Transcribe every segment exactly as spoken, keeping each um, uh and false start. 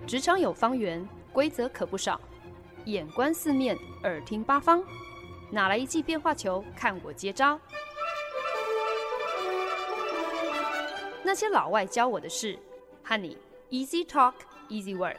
职场有方圆，规则可不少。眼观四面，耳听八方，哪来一记变化球？看我接招！那些老外教我的事，和你 Easy Talk Easy Work。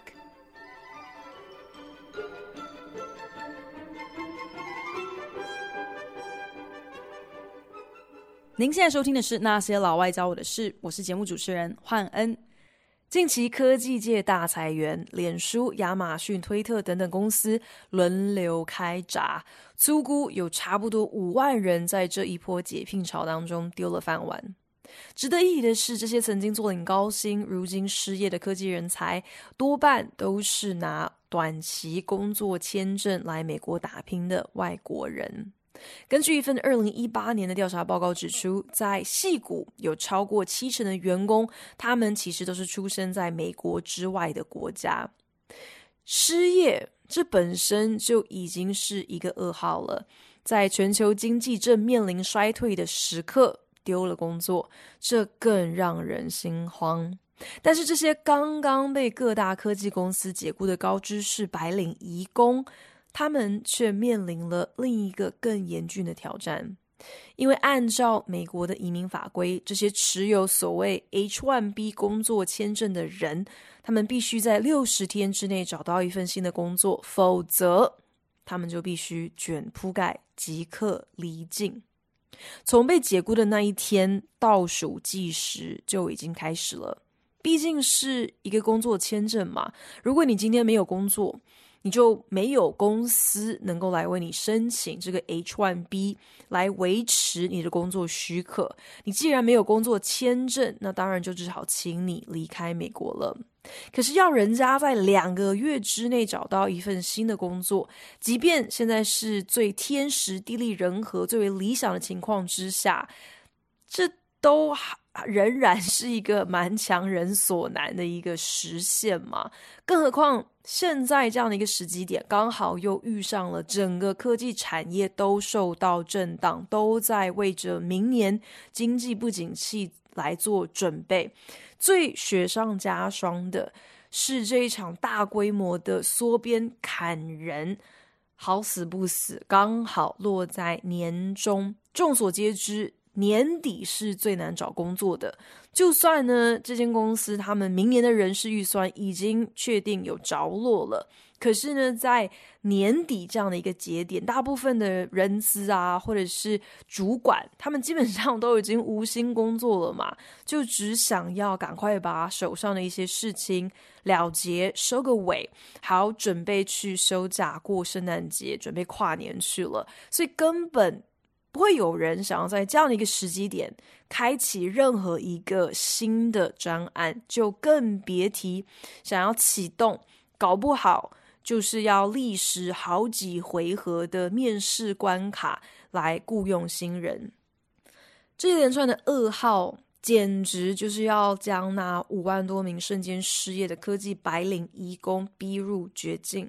您现在收听的是《那些老外教我的事》，我是节目主持人焕恩。近期科技界大裁员，脸书、亚马逊、推特等等公司轮流开闸，粗估有差不多五万人在这一波解聘潮当中丢了饭碗。值得一提的是，这些曾经坐领高薪，如今失业的科技人才，多半都是拿短期工作签证来美国打拼的外国人。根据一份二零一八年的调查报告指出，在矽谷有超过七成的员工，他们其实都是出生在美国之外的国家。失业这本身就已经是一个噩耗了，在全球经济正面临衰退的时刻丢了工作，这更让人心慌。但是这些刚刚被各大科技公司解雇的高知识白领移工，他们却面临了另一个更严峻的挑战。因为按照美国的移民法规，这些持有所谓 H 一 B 工作签证的人，他们必须在六十天之内找到一份新的工作，否则他们就必须卷铺盖即刻离境。从被解雇的那一天倒数计时就已经开始了，毕竟是一个工作签证嘛，如果你今天没有工作，你就没有公司能够来为你申请这个 H 一 B 来维持你的工作许可。你既然没有工作签证，那当然就只好请你离开美国了。可是要人家在两个月之内找到一份新的工作，即便现在是最天时地利人和最为理想的情况之下，这都仍然是一个蛮强人所难的一个实现嘛。更何况现在这样的一个时机点，刚好又遇上了整个科技产业都受到震荡，都在为着明年经济不景气来做准备。最雪上加霜的是这一场大规模的缩编砍人，好死不死刚好落在年中。众所皆知，年底是最难找工作的，就算呢这间公司他们明年的人事预算已经确定有着落了，可是呢在年底这样的一个节点，大部分的人资啊或者是主管，他们基本上都已经无心工作了嘛，就只想要赶快把手上的一些事情了结收个尾，好准备去休假过圣诞节，准备跨年去了，所以根本不会有人想要在这样的一个时机点开启任何一个新的专案，就更别提想要启动，搞不好就是要历时好几回合的面试关卡来雇佣新人。这一连串的噩耗简直就是要将那五万多名瞬间失业的科技白领移工逼入绝境。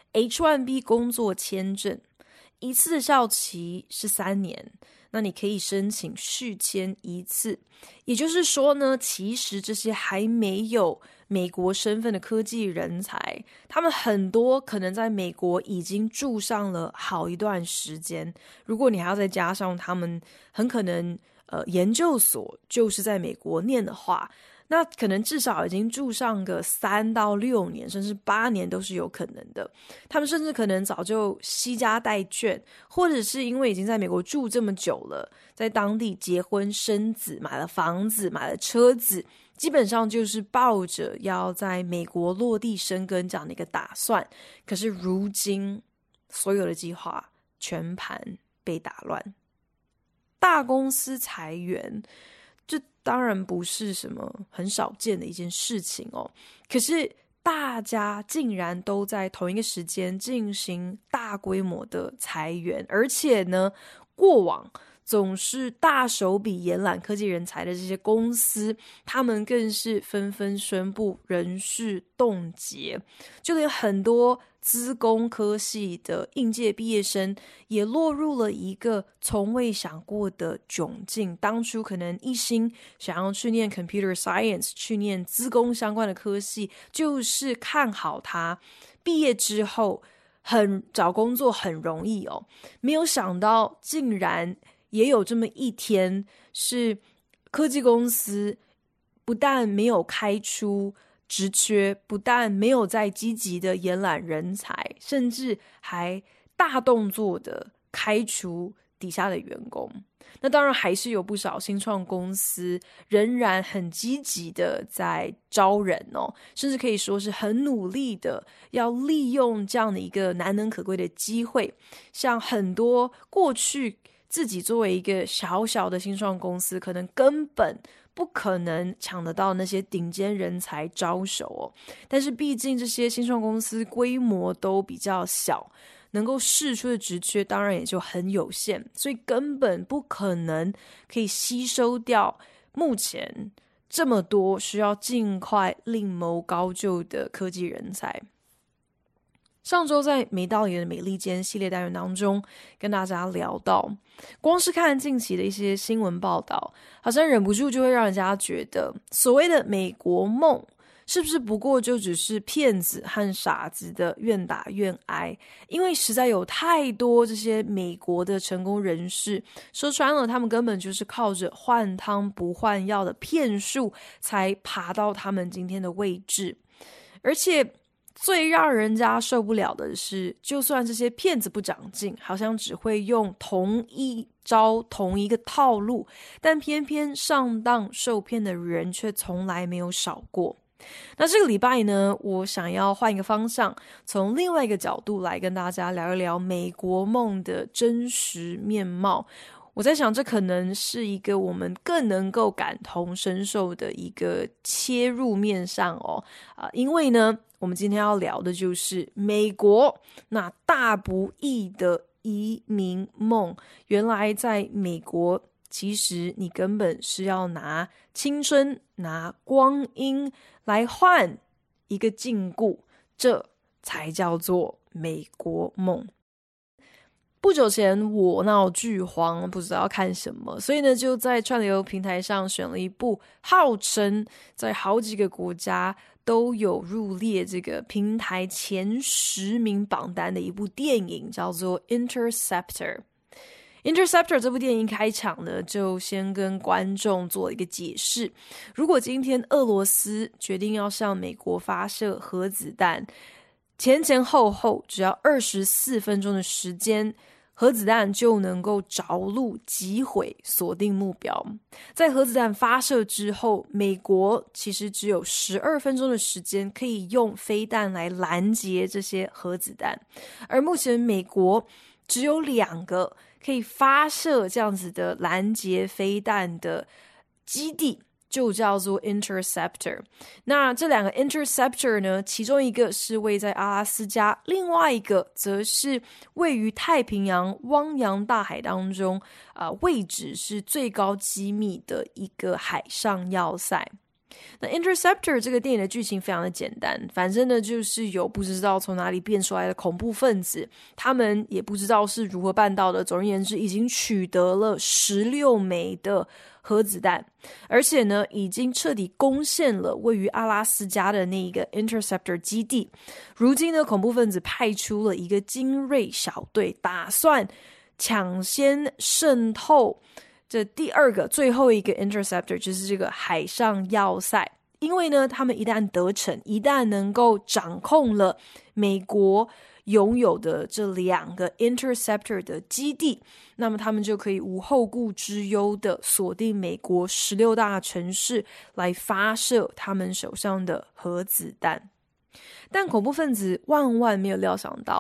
H 一 B 工作签证一次的效期是三年，那你可以申请续签一次。也就是说呢，其实这些还没有美国身份的科技人才，他们很多可能在美国已经住上了好一段时间。如果你还要再加上他们很可能呃研究所就是在美国念的话，那可能至少已经住上个三到六年，甚至八年都是有可能的。他们甚至可能早就惜家带眷，或者是因为已经在美国住这么久了，在当地结婚生子，买了房子，买了车子，基本上就是抱着要在美国落地生根这样的一个打算。可是如今所有的计划全盘被打乱，大公司裁员，这当然不是什么很少见的一件事情哦。可是大家竟然都在同一个时间进行大规模的裁员，而且呢，过往总是大手笔延揽科技人才的这些公司，他们更是纷纷宣布人事冻结，就连很多资工科系的应届毕业生也落入了一个从未想过的窘境。当初可能一心想要去念 computer science， 去念资工相关的科系，就是看好它，毕业之后很找工作很容易哦，没有想到竟然也有这么一天，是科技公司不但没有开出职缺，不但没有在积极的延揽人才，甚至还大动作的开除底下的员工。那当然还是有不少新创公司仍然很积极的在招人哦，甚至可以说是很努力的要利用这样的一个难能可贵的机会，像很多过去自己作为一个小小的新创公司，可能根本不可能抢得到那些顶尖人才招手哦。但是毕竟这些新创公司规模都比较小，能够释出的职缺当然也就很有限，所以根本不可能可以吸收掉目前这么多需要尽快另谋高就的科技人才。上周在美道理的美利坚系列单元当中跟大家聊到，光是看近期的一些新闻报道，好像忍不住就会让人家觉得所谓的美国梦是不是不过就只是骗子和傻子的愿打愿挨。因为实在有太多这些美国的成功人士，说穿了他们根本就是靠着换汤不换药的骗术才爬到他们今天的位置。而且最让人家受不了的是，就算这些骗子不长进，好像只会用同一招同一个套路，但偏偏上当受骗的人却从来没有少过。那这个礼拜呢，我想要换一个方向，从另外一个角度来跟大家聊一聊美国梦的真实面貌。我在想，这可能是一个我们更能够感同身受的一个切入面上哦，啊、呃，因为呢，我们今天要聊的就是美国那大不易的移民梦。原来在美国，其实你根本是要拿青春、拿光阴来换一个禁锢，这才叫做美国梦。不久前我闹剧荒，不知道看什么，所以呢就在串流平台上选了一部号称在好几个国家都有入列这个平台前十名榜单的一部电影，叫做 Interceptor。Interceptor 这部电影开场呢，就先跟观众做一个解释，如果今天俄罗斯决定要向美国发射核子弹，前前后后只要二十四分钟的时间，核子弹就能够着陆击毁锁定目标。在核子弹发射之后，美国其实只有十二分钟的时间可以用飞弹来拦截这些核子弹，而目前美国只有两个可以发射这样子的拦截飞弹的基地，就叫做 Interceptor。 那这两个 Interceptor 呢，其中一个是位在阿拉斯加，另外一个则是位于太平洋汪洋大海当中、呃、位置是最高机密的一个海上要塞。那 Interceptor 这个电影的剧情非常的简单，反正呢就是有不知道从哪里变出来的恐怖分子，他们也不知道是如何办到的，总而言之已经取得了十六枚的核子弹，而且呢已经彻底攻陷了位于阿拉斯加的那一个 Interceptor 基地。如今呢，恐怖分子派出了一个精锐小队，打算抢先渗透这第二个最后一个 Interceptor， 就是这个海上要塞。因为呢他们一旦得逞，一旦能够掌控了美国拥有的这两个 Interceptor 的基地，那么他们就可以无后顾之忧的锁定美国十六大城市来发射他们手上的核子弹。但恐怖分子万万没有料想到，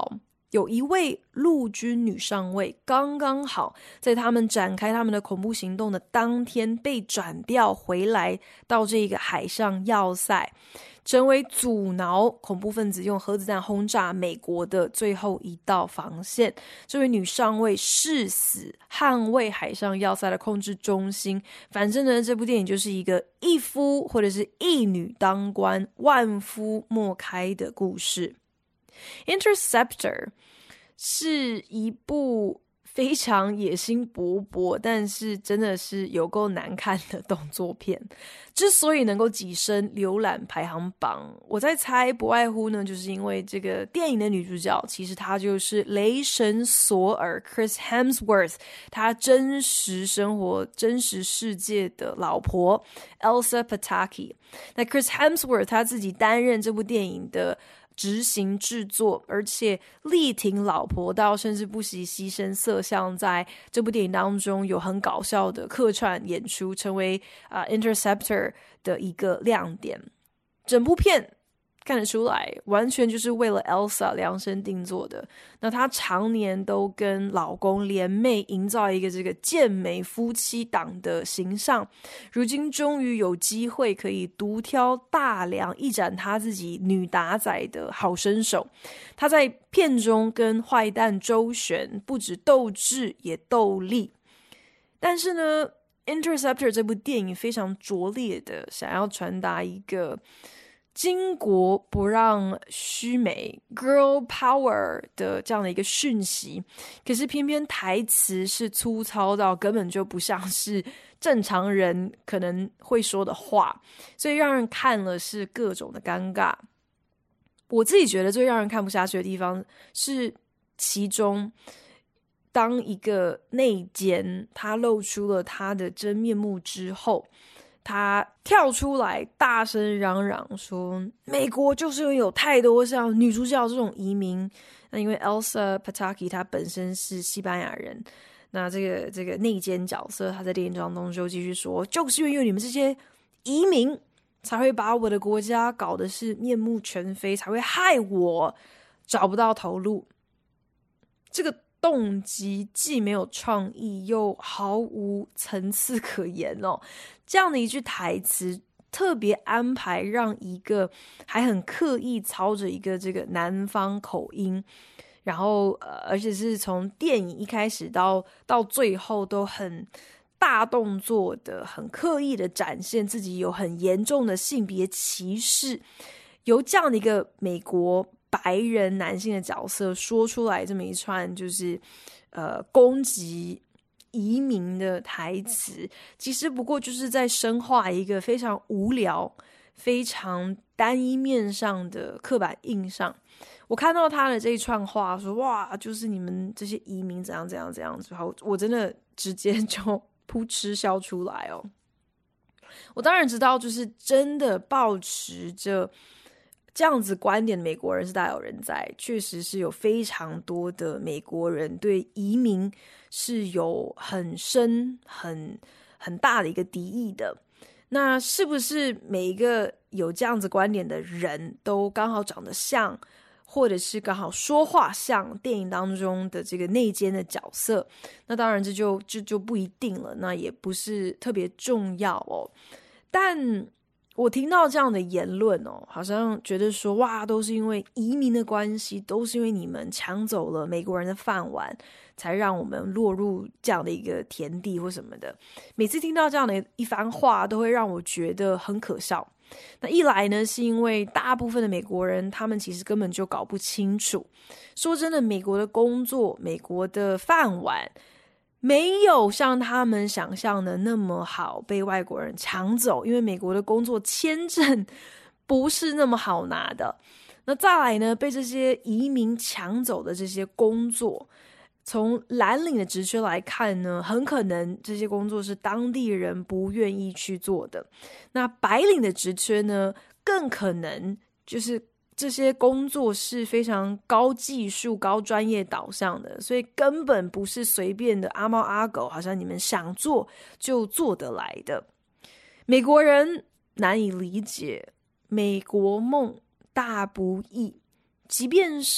有一位陆军女上尉刚刚好在他们展开他们的恐怖行动的当天被转调回来到这个海上要塞，成为阻挠恐怖分子用核子弹轰炸美国的最后一道防线。这位女上尉誓死捍卫海上要塞的控制中心。反正呢，这部电影就是一个一夫或者是一女当关，万夫莫开的故事。Interceptor 是一部非常野心勃勃，但是真的是有够难看的动作片。之所以能够跻身浏览排行榜，我在猜不外乎呢，就是因为这个电影的女主角其实她就是雷神索尔 Chris Hemsworth 他真实生活真实世界的老婆 Elsa Pataky。 那 Chris Hemsworth 他自己担任这部电影的执行制作，而且力挺老婆到甚至不惜牺牲色相，在这部电影当中有很搞笑的客串演出，成为、呃、Interceptor 的一个亮点。整部片看得出来完全就是为了 Elsa 量身定做的。那她常年都跟老公联袂营造一个这个健美夫妻档的形象，如今终于有机会可以独挑大梁，一展她自己女打仔的好身手。她在片中跟坏蛋周旋，不止斗智也斗力。但是呢， Interceptor 这部电影非常拙劣的想要传达一个巾帼不让须眉 girl power 的这样的一个讯息，可是偏偏台词是粗糙到根本就不像是正常人可能会说的话，所以让人看了是各种的尴尬。我自己觉得最让人看不下去的地方是其中当一个内奸他露出了他的真面目之后，他跳出来大声嚷嚷说美国就是因为有太多像女主角这种移民。那因为 Elsa Pataky 她本身是西班牙人，那这个这个内奸角色他在电影当中就继续说，就是因为你们这些移民才会把我的国家搞得是面目全非，才会害我找不到头路。这个动机既没有创意又毫无层次可言哦。这样的一句台词特别安排让一个还很刻意操着一个这个南方口音，然后呃，而且是从电影一开始到到最后都很大动作的很刻意的展现自己有很严重的性别歧视，由这样的一个美国白人男性的角色说出来这么一串就是呃攻击移民的台词，其实不过就是在深化一个非常无聊非常单一面上的刻板印象。我看到他的这一串话说哇就是你们这些移民怎样怎样怎样之后，我真的直接就噗嗤笑出来哦。我当然知道就是真的抱持着这样子观点的美国人是大有人在，确实是有非常多的美国人对移民是有很深很很大的一个敌意的。那是不是每一个有这样子观点的人都刚好长得像，或者是刚好说话像电影当中的这个内奸的角色？那当然这就这就不一定了，那也不是特别重要哦。但我听到这样的言论哦，好像觉得说哇，都是因为移民的关系，都是因为你们抢走了美国人的饭碗，才让我们落入这样的一个田地或什么的。每次听到这样的一番话，都会让我觉得很可笑。那一来呢，是因为大部分的美国人他们其实根本就搞不清楚，说真的，美国的工作，美国的饭碗没有像他们想象的那么好被外国人抢走，因为美国的工作签证不是那么好拿的。那再来呢，被这些移民抢走的这些工作，从蓝领的职缺来看呢，很可能这些工作是当地人不愿意去做的。那白领的职缺呢，更可能就是这些工作是非常高技术高专业导向的，所以根本不是随便的阿猫阿狗好像你们想做就做得来的。美国人难以理解美国梦大不易，即便是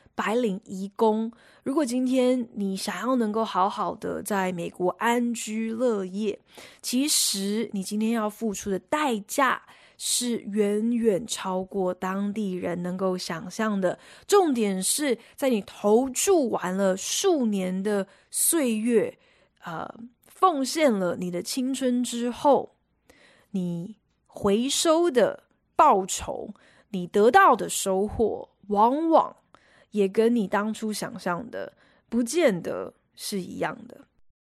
白领移工，如果今天你想要能够好好的在美国安居乐业，其实你今天要付出的代价是远远超过当地人能够想象的。重点是在你投注完了数年的岁月，呃，奉献了你的青春之后，你回收的报酬，你得到的收获，往往也跟你当初想象的不见得是一样的。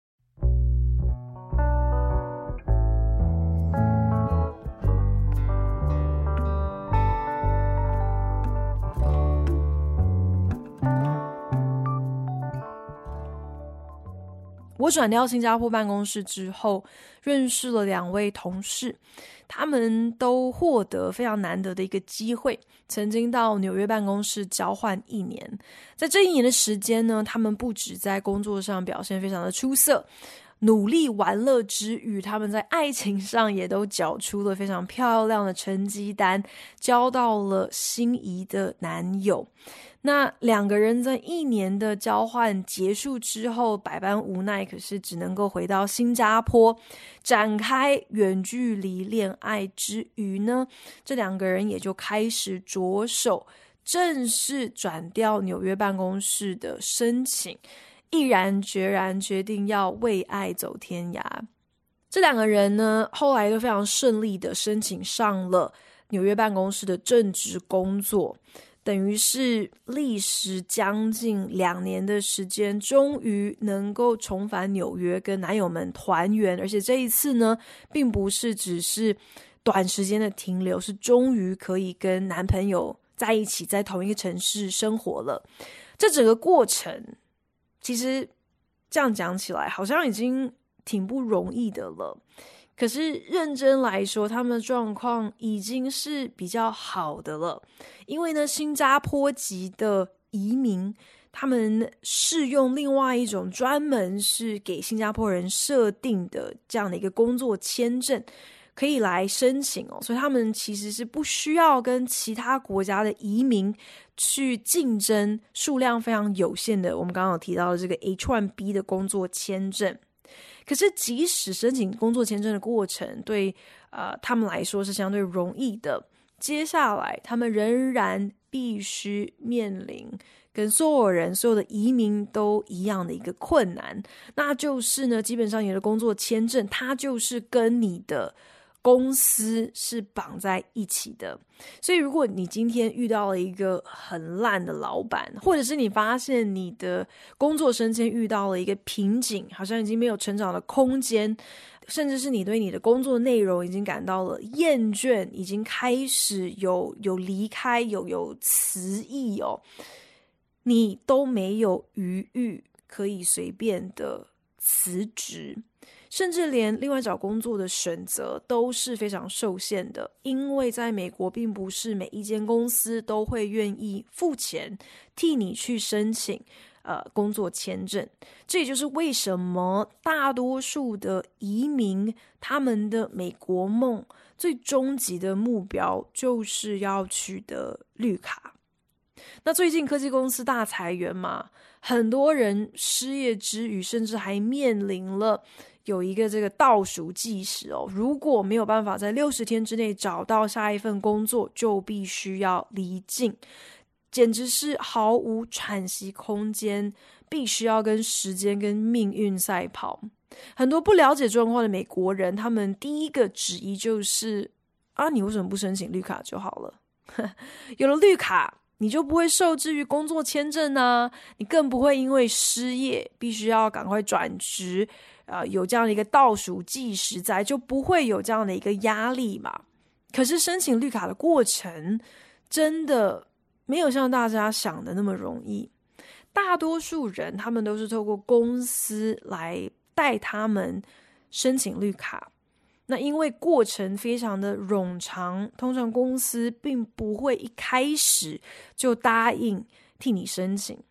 我转调新加坡办公室之后，认识了两位同事，他们都获得非常难得的一个机会，曾经到纽约办公室交换一年。在这一年的时间呢，他们不止在工作上表现非常的出色，努力玩乐之余，他们在爱情上也都缴出了非常漂亮的成绩单，交到了心仪的男友。那两个人在一年的交换结束之后，百般无奈，可是只能够回到新加坡展开远距离恋爱之余呢，这两个人也就开始着手正式转调纽约办公室的申请，毅然决然决定要为爱走天涯。这两个人呢，后来都非常顺利的申请上了纽约办公室的正职工作，等于是历时将近两年的时间，终于能够重返纽约跟男友们团圆。而且这一次呢，并不是只是短时间的停留，是终于可以跟男朋友在一起，在同一个城市生活了。这整个过程其实这样讲起来好像已经挺不容易的了，可是认真来说，他们的状况已经是比较好的了。因为呢，新加坡籍的移民，他们适用另外一种专门是给新加坡人设定的这样的一个工作签证，可以来申請哦，所以他们其实是不需要跟其他国家的移民去竞争数量非常有限的，我们刚刚有提到的这个 H 一 B 的工作签证。可是即使申请工作签证的过程对呃他们来说是相对容易的，接下来他们仍然必须面临跟所有人所有的移民都一样的一个困难，那就是呢，基本上你的工作签证它就是跟你的公司是绑在一起的。所以如果你今天遇到了一个很烂的老板，或者是你发现你的工作升迁遇到了一个瓶颈，好像已经没有成长的空间，甚至是你对你的工作内容已经感到了厌倦，已经开始有有离开有有辞意哦，你都没有余裕可以随便的辞职，甚至连另外找工作的选择都是非常受限的，因为在美国并不是每一间公司都会愿意付钱替你去申请呃工作签证。这也就是为什么大多数的移民他们的美国梦最终极的目标就是要取得绿卡。那最近科技公司大裁员嘛，很多人失业之余，甚至还面临了有一个这个倒数计时哦，如果没有办法在六十天之内找到下一份工作，就必须要离境，简直是毫无喘息空间，必须要跟时间跟命运赛跑。很多不了解状况的美国人，他们第一个质疑就是啊，你为什么不申请绿卡就好了？有了绿卡你就不会受制于工作签证啊，你更不会因为失业必须要赶快转职，呃，有这样的一个倒数计时在，就不会有这样的一个压力嘛。可是申请绿卡的过程真的没有像大家想的那么容易，大多数人他们都是透过公司来带他们申请绿卡，那因为过程非常的冗长，通常公司并不会一开始就答应替你申请，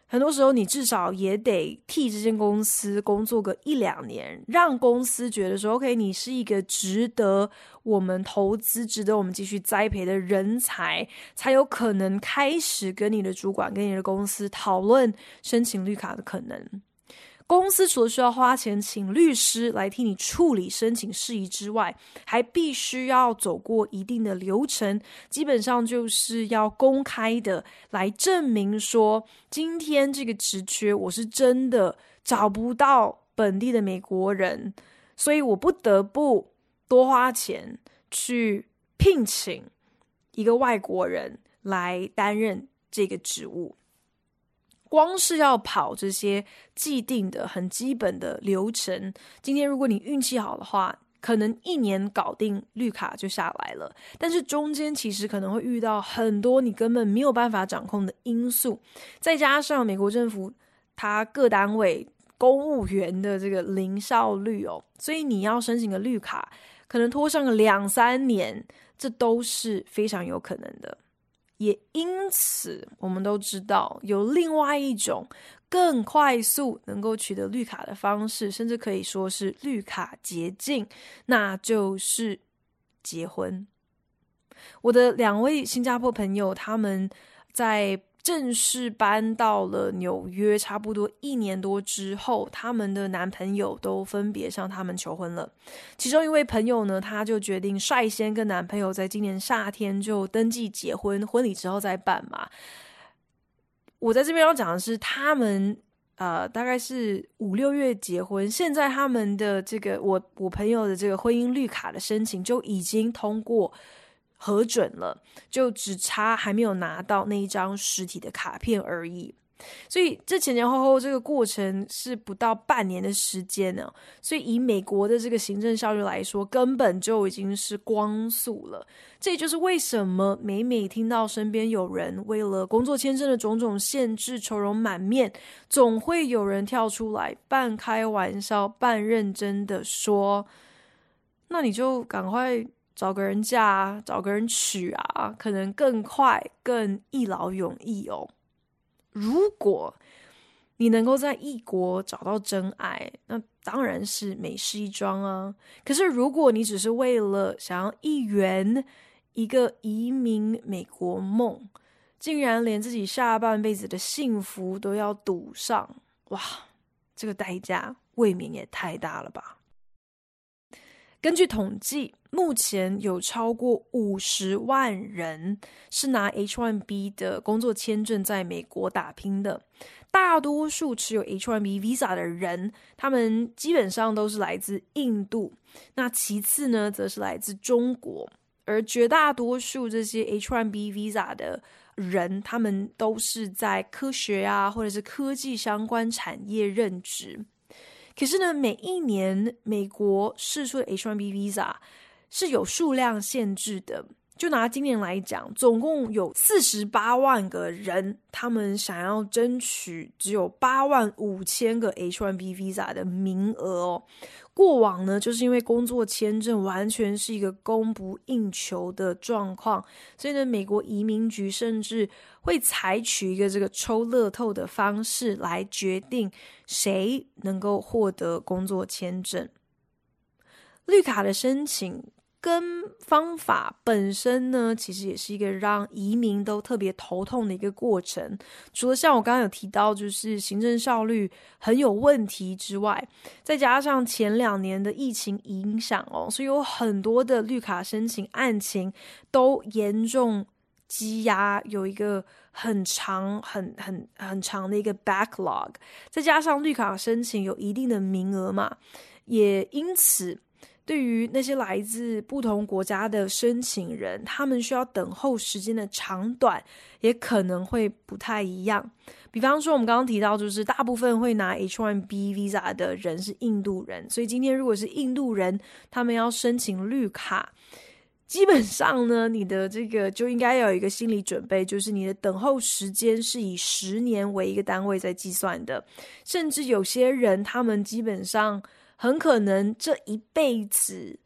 很多时候你至少也得替这间公司工作个一两年，让公司觉得说 OK 你是一个值得我们投资值得我们继续栽培的人才，才有可能开始跟你的主管跟你的公司讨论申请绿卡的可能。公司除了需要花钱请律师来替你处理申请事宜之外，还必须要走过一定的流程，基本上就是要公开的来证明说，今天这个职缺我是真的找不到本地的美国人，所以我不得不多花钱去聘请一个外国人来担任这个职务。光是要跑这些既定的很基本的流程，今天如果你运气好的话，可能一年搞定绿卡就下来了，但是中间其实可能会遇到很多你根本没有办法掌控的因素，再加上美国政府它各单位公务员的这个零效率哦，所以你要申请个绿卡可能拖上个两三年，这都是非常有可能的。也因此我们都知道有另外一种更快速能够取得绿卡的方式，甚至可以说是绿卡捷径，那就是结婚。我的两位新加坡朋友，他们在正式搬到了纽约差不多一年多之后，他们的男朋友都分别向他们求婚了。其中一位朋友呢，他就决定率先跟男朋友在今年夏天就登记结婚，婚礼之后再办嘛。我在这边要讲的是，他们呃大概是五六月结婚，现在他们的这个我我朋友的这个婚姻绿卡的申请就已经通过核准了，就只差还没有拿到那一张实体的卡片而已。所以这前前后后这个过程是不到半年的时间呢，所以以美国的这个行政效率来说，根本就已经是光速了。这也就是为什么每每听到身边有人为了工作签证的种种限制愁容满面，总会有人跳出来半开玩笑半认真的说，那你就赶快找个人嫁，找个人娶啊，可能更快更一劳永逸哦。如果你能够在异国找到真爱，那当然是美事一桩啊。可是如果你只是为了想要一圆一个移民美国梦，竟然连自己下半辈子的幸福都要赌上，哇，这个代价未免也太大了吧。根据统计，目前有超过五十万人是拿 H 一 B 的工作签证在美国打拼的。大多数持有 H 一 B visa 的人，他们基本上都是来自印度，那其次呢，则是来自中国。而绝大多数这些 H 一 B visa 的人，他们都是在科学啊，或者是科技相关产业任职。可是呢，每一年美国释出的 H 一 B visa 是有数量限制的。就拿今年来讲，总共有四十八万个人，他们想要争取只有八万五千个 H 一 B visa 的名额哦。过往呢，就是因为工作签证完全是一个供不应求的状况，所以呢，美国移民局甚至会采取一个这个抽乐透的方式来决定谁能够获得工作签证。绿卡的申请跟方法本身呢，其实也是一个让移民都特别头痛的一个过程。除了像我刚刚有提到，就是行政效率很有问题之外，再加上前两年的疫情影响哦，所以有很多的绿卡申请案情都严重积压，有一个很长、很很很长的一个 backlog。再加上绿卡申请有一定的名额嘛，也因此，对于那些来自不同国家的申请人，他们需要等候时间的长短也可能会不太一样。比方说我们刚刚提到，就是大部分会拿 H 一 B visa 的人是印度人，所以今天如果是印度人，他们要申请绿卡，基本上呢，你的这个就应该要有一个心理准备，就是你的等候时间是以十年为一个单位在计算的，甚至有些人他们基本上很可能这一辈子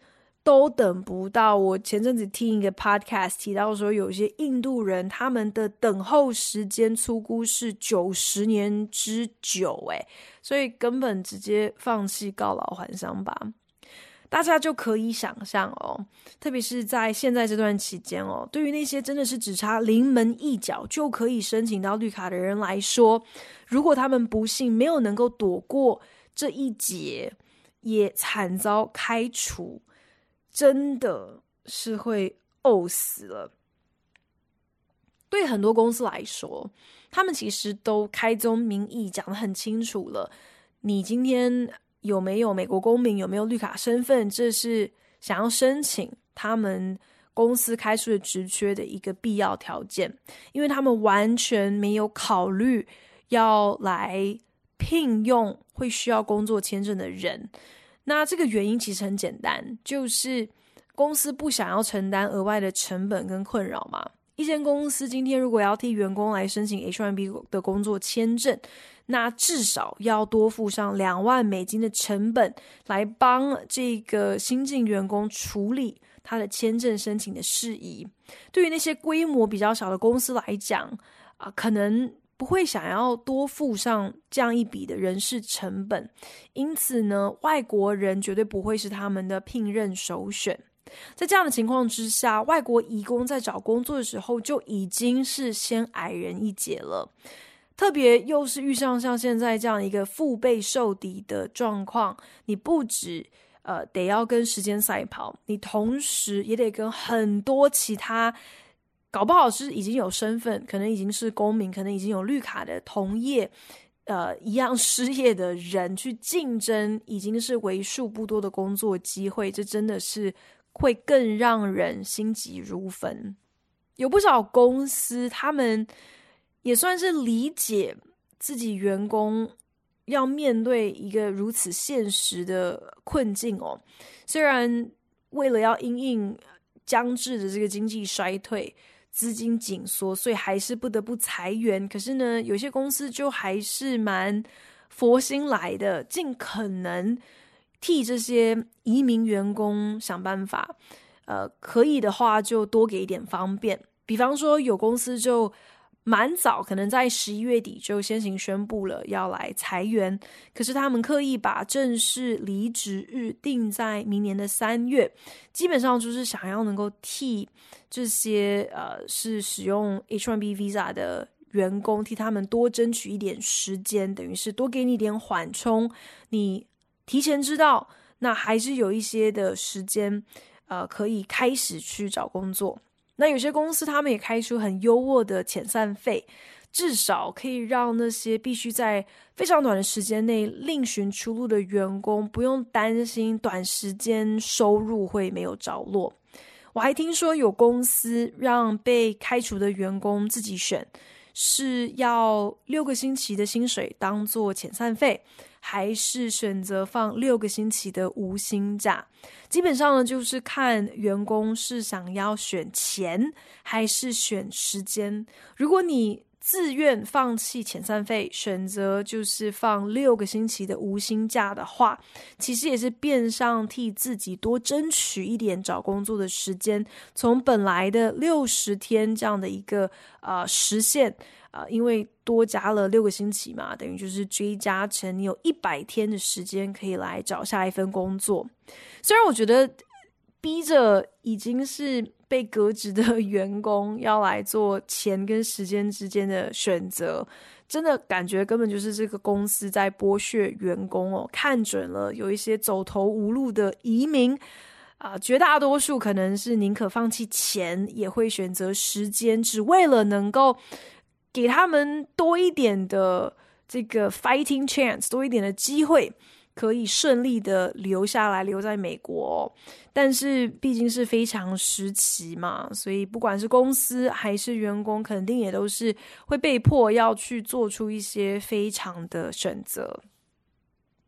都等不到。我前阵子听一个 podcast 提到说，有些印度人他们的等候时间粗估是九十年之久，诶，所以根本直接放弃告老还乡吧。大家就可以想象哦，特别是在现在这段期间哦，对于那些真的是只差临门一脚就可以申请到绿卡的人来说，如果他们不幸没有能够躲过这一劫，也惨遭开除，真的是会呕死了。对很多公司来说，他们其实都开宗明义讲得很清楚了，你今天有没有美国公民，有没有绿卡身份，这是想要申请他们公司开出的职缺的一个必要条件，因为他们完全没有考虑要来聘用会需要工作签证的人。那这个原因其实很简单，就是公司不想要承担额外的成本跟困扰嘛。一间公司今天如果要替员工来申请 H 一 B 的工作签证，那至少要多付上两万美金的成本来帮这个新进员工处理他的签证申请的事宜。对于那些规模比较小的公司来讲，啊、呃，可能不会想要多付上这样一笔的人事成本，因此呢，外国人绝对不会是他们的聘任首选。在这样的情况之下，外国移工在找工作的时候就已经是先矮人一截了，特别又是遇上像现在这样一个腹背受敌的状况，你不止呃得要跟时间赛跑，你同时也得跟很多其他搞不好是已经有身份，可能已经是公民，可能已经有绿卡的同业呃，一样失业的人去竞争已经是为数不多的工作机会，这真的是会更让人心急如焚。有不少公司他们也算是理解自己员工要面对一个如此现实的困境哦。虽然为了要因应将至的这个经济衰退，资金紧缩，所以还是不得不裁员。可是呢，有些公司就还是蛮佛心来的，尽可能替这些移民员工想办法，呃，可以的话就多给一点方便。比方说，有公司就蛮早，可能在十一月底就先行宣布了要来裁员，可是他们刻意把正式离职日定在明年的三月，基本上就是想要能够替这些呃是使用 H 一 B visa 的员工，替他们多争取一点时间，等于是多给你一点缓冲，你提前知道，那还是有一些的时间，呃，可以开始去找工作。那有些公司他们也开出很优渥的遣散费，至少可以让那些必须在非常短的时间内另寻出路的员工不用担心短时间收入会没有着落。我还听说有公司让被开除的员工自己选，是要六个星期的薪水当做遣散费，还是选择放六个星期的无薪假。基本上呢，就是看员工是想要选钱还是选时间。如果你自愿放弃遣散费，选择就是放六个星期的无薪假的话，其实也是变相替自己多争取一点找工作的时间，从本来的六十天这样的一个呃时限，呃，因为多加了六个星期嘛，等于就是追加成你有一百天的时间可以来找下一份工作。虽然我觉得逼着已经是被革职的员工要来做钱跟时间之间的选择，真的感觉根本就是这个公司在剥削员工哦，看准了有一些走投无路的移民啊、呃，绝大多数可能是宁可放弃钱，也会选择时间，只为了能够给他们多一点的这个 fighting chance， 多一点的机会，可以顺利的留下来，留在美国哦。但是毕竟是非常时期嘛，所以不管是公司还是员工，肯定也都是会被迫要去做出一些非常的选择。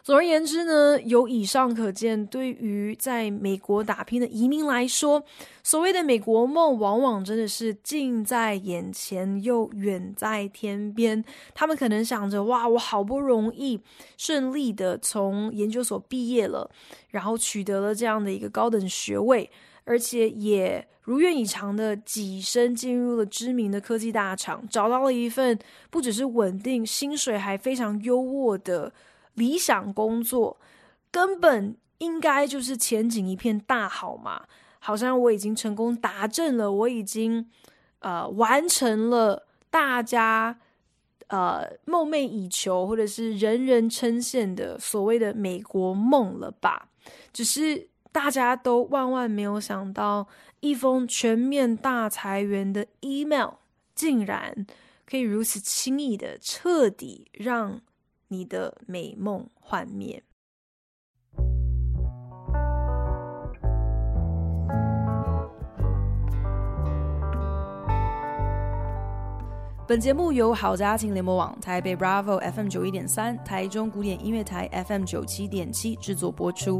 总而言之呢，由以上可见，对于在美国打拼的移民来说，所谓的美国梦往往真的是近在眼前又远在天边。他们可能想着，哇，我好不容易顺利的从研究所毕业了，然后取得了这样的一个高等学位，而且也如愿以偿的跻身进入了知名的科技大厂，找到了一份不只是稳定，薪水还非常优渥的理想工作，根本应该就是前景一片大好嘛。好像我已经成功达阵了，我已经呃完成了大家呃梦寐以求或者是人人称羡的所谓的美国梦了吧。只是大家都万万没有想到，一封全面大裁员的 email 竟然可以如此轻易的彻底让你的美梦幻灭。本节目由好家庭联播网、台北 Bravo F M 九一点三、台中古典音乐台 F M 九七点七制作播出。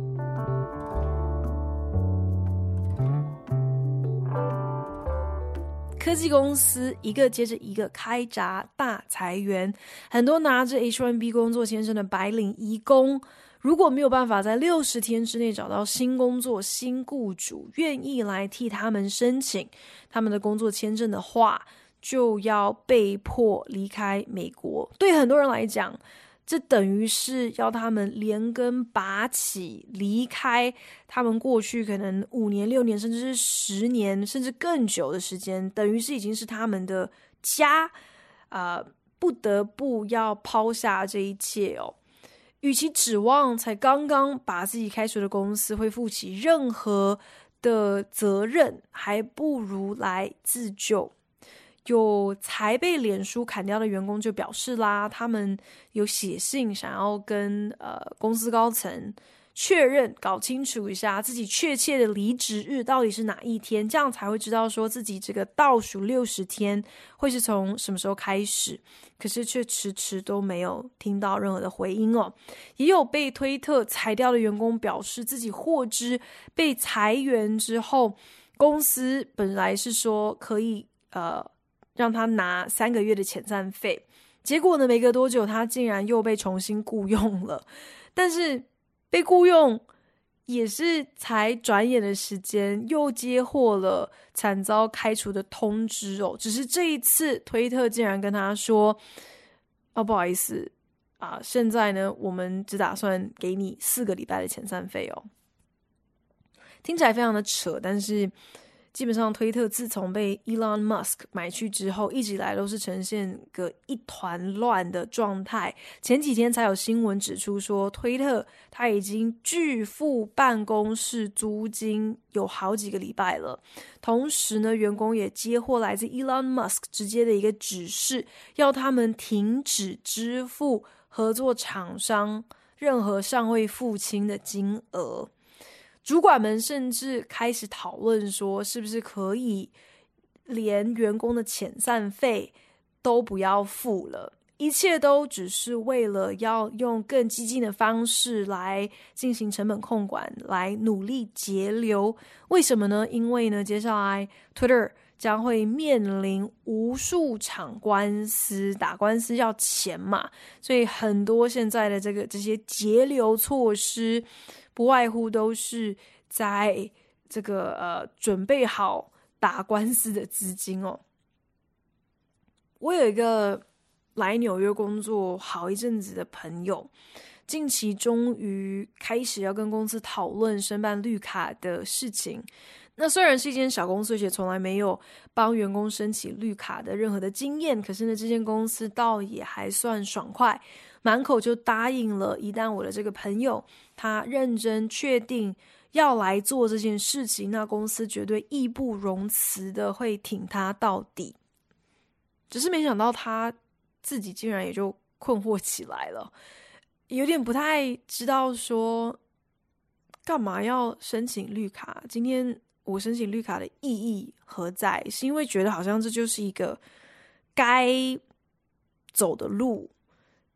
科技公司一个接着一个开闸大裁员，很多拿着 H 一 B 工作签证的白领移工，如果没有办法在六十天之内找到新工作，新雇主愿意来替他们申请他们的工作签证的话，就要被迫离开美国。对很多人来讲，这等于是要他们连根拔起，离开他们过去可能五年、六年，甚至是十年，甚至更久的时间，等于是已经是他们的家，呃，不得不要抛下这一切哦。与其指望才刚刚把自己开除的公司会负起任何的责任，还不如来自救。有才被脸书砍掉的员工就表示啦，他们有写信想要跟呃公司高层确认，搞清楚一下自己确切的离职日到底是哪一天，这样才会知道说自己这个倒数六十天会是从什么时候开始。可是却迟迟都没有听到任何的回音哦。也有被推特裁掉的员工表示，自己获知被裁员之后，公司本来是说可以呃。让他拿三个月的遣散费，结果呢，没隔多久，他竟然又被重新雇佣了。但是被雇佣也是才转眼的时间，又接获了惨遭开除的通知哦。只是这一次，推特竟然跟他说：“哦，不好意思啊，现在呢，我们只打算给你四个礼拜的遣散费哦。”听起来非常的扯，但是基本上推特自从被 Elon Musk 买去之后，一直以来都是呈现个一团乱的状态。前几天才有新闻指出说，推特他已经拒付办公室租金有好几个礼拜了。同时呢，员工也接获来自 Elon Musk 直接的一个指示，要他们停止支付合作厂商任何尚未付清的金额。主管们甚至开始讨论说，是不是可以连员工的遣散费都不要付了，一切都只是为了要用更激进的方式来进行成本控管，来努力节流。为什么呢？因为呢，接下来 Twitter 将会面临无数场官司，打官司要钱嘛，所以很多现在的这个这些节流措施不外乎都是在这个呃准备好打官司的资金哦。我有一个来纽约工作好一阵子的朋友，近期终于开始要跟公司讨论申办绿卡的事情。那虽然是一间小公司，而且从来没有帮员工申请绿卡的任何的经验，可是呢，这间公司倒也还算爽快，满口就答应了，一旦我的这个朋友他认真确定要来做这件事情，那公司绝对义不容辞的会挺他到底。只是没想到他自己竟然也就困惑起来了，有点不太知道说干嘛要申请绿卡，今天我申请绿卡的意义何在？是因为觉得好像这就是一个该走的路，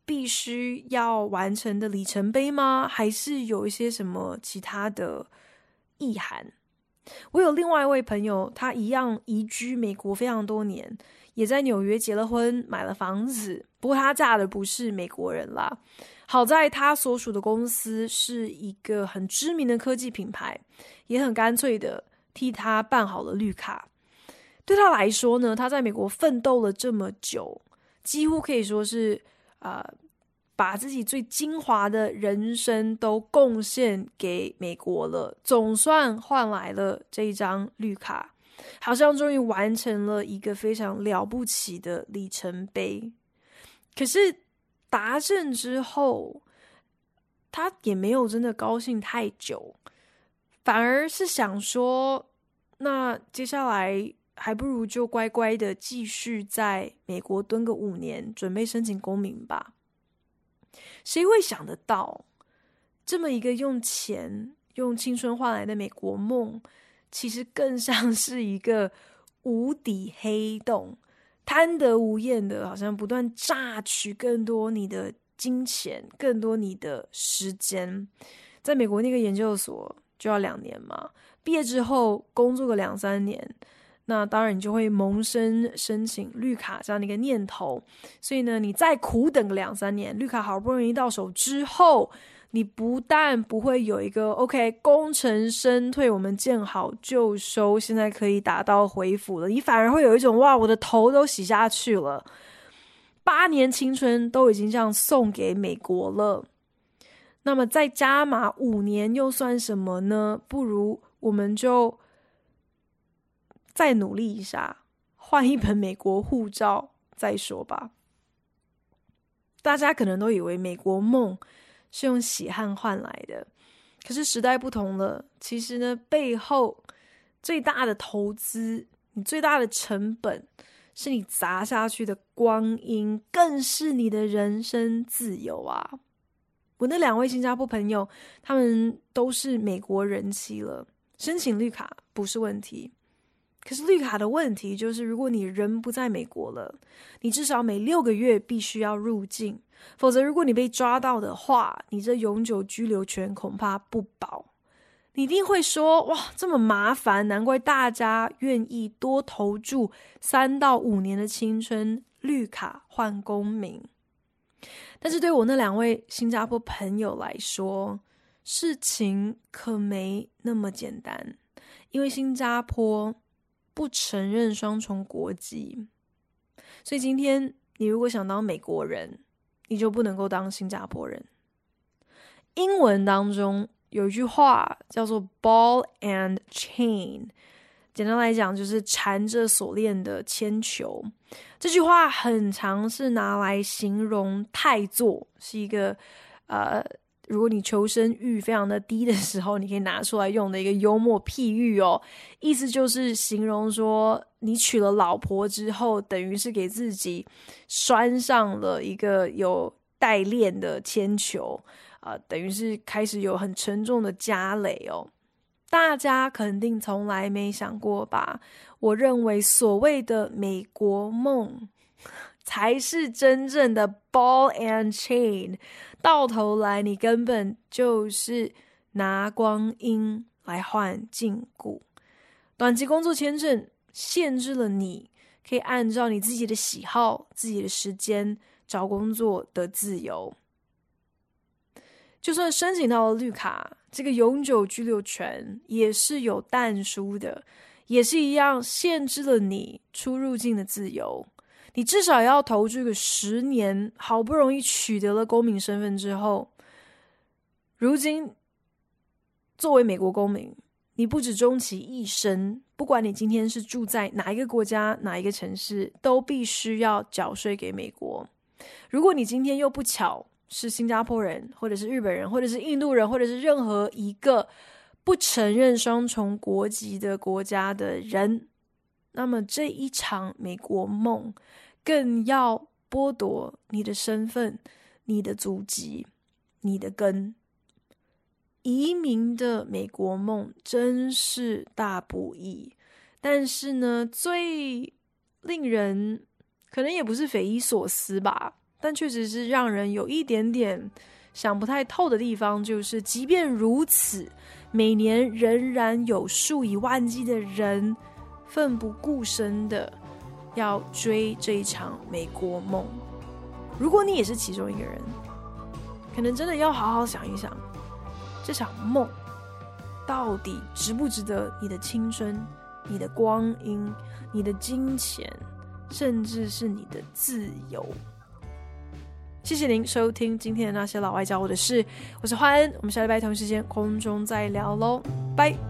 必须要完成的里程碑吗？还是有一些什么其他的意涵？我有另外一位朋友，他一样移居美国非常多年，也在纽约结了婚，买了房子。不过他嫁的不是美国人啦，好在他所属的公司是一个很知名的科技品牌，也很干脆的替他办好了绿卡。对他来说呢，他在美国奋斗了这么久，几乎可以说是呃，把自己最精华的人生都贡献给美国了，总算换来了这一张绿卡，好像终于完成了一个非常了不起的里程碑。可是达阵之后，他也没有真的高兴太久，反而是想说，那接下来还不如就乖乖的继续在美国蹲个五年，准备申请公民吧。谁会想得到，这么一个用钱、用青春换来的美国梦，其实更像是一个无底黑洞，贪得无厌的，好像不断榨取更多你的金钱，更多你的时间。在美国那个研究所就要两年嘛，毕业之后工作个两三年，那当然你就会萌生申请绿卡这样的一个念头。所以呢，你再苦等个两三年，绿卡好不容易到手之后，你不但不会有一个 OK 功成身退，我们见好就收，现在可以打道回府了，你反而会有一种哇，我的头都洗下去了，八年青春都已经这样送给美国了。那么再加码五年又算什么呢？不如我们就再努力一下，换一本美国护照再说吧。大家可能都以为美国梦是用血汗换来的，可是时代不同了，其实呢，背后最大的投资，你最大的成本，是你砸下去的光阴，更是你的人生自由啊。我那两位新加坡朋友，他们都是美国人妻了，申请绿卡不是问题。可是绿卡的问题就是，如果你人不在美国了，你至少每六个月必须要入境，否则如果你被抓到的话，你这永久居留权恐怕不保。你一定会说，哇，这么麻烦，难怪大家愿意多投注三到五年的青春，绿卡换公民。但是对我那两位新加坡朋友来说，事情可没那么简单，因为新加坡不承认双重国籍，所以今天你如果想当美国人，你就不能够当新加坡人。英文当中有一句话叫做 ball and chain， 简单来讲就是缠着锁链的铅球。这句话很常是拿来形容太座，是一个呃如果你求生欲非常的低的时候，你可以拿出来用的一个幽默譬喻哦。意思就是形容说，你娶了老婆之后，等于是给自己拴上了一个有带链的铅球，呃，等于是开始有很沉重的家累哦。大家肯定从来没想过吧？我认为所谓的美国梦，才是真正的 ball and chain。到头来，你根本就是拿光阴来换禁锢。短期工作签证限制了你可以按照你自己的喜好、自己的时间找工作的自由。就算申请到了绿卡，这个永久居留权也是有但书的，也是一样限制了你出入境的自由。你至少要投注个十年，好不容易取得了公民身份之后，如今作为美国公民，你不止终其一生，不管你今天是住在哪一个国家、哪一个城市，都必须要缴税给美国。如果你今天又不巧是新加坡人，或者是日本人，或者是印度人，或者是任何一个不承认双重国籍的国家的人，那么这一场美国梦更要剥夺你的身份、你的祖籍、你的根。移民的美国梦真是大不易，但是呢，最令人可能也不是匪夷所思吧， 但确实是让人有一点点想不太透的地方，就是即便如此，每年仍然有数以万计的人奋不顾身的要追这一场美国梦。如果你也是其中一个人，可能真的要好好想一想，这场梦到底值不值得你的青春、你的光阴、你的金钱，甚至是你的自由。谢谢您收听今天的那些老外教我的事，我是焕恩，我们下礼拜同时间空中再聊咯，拜。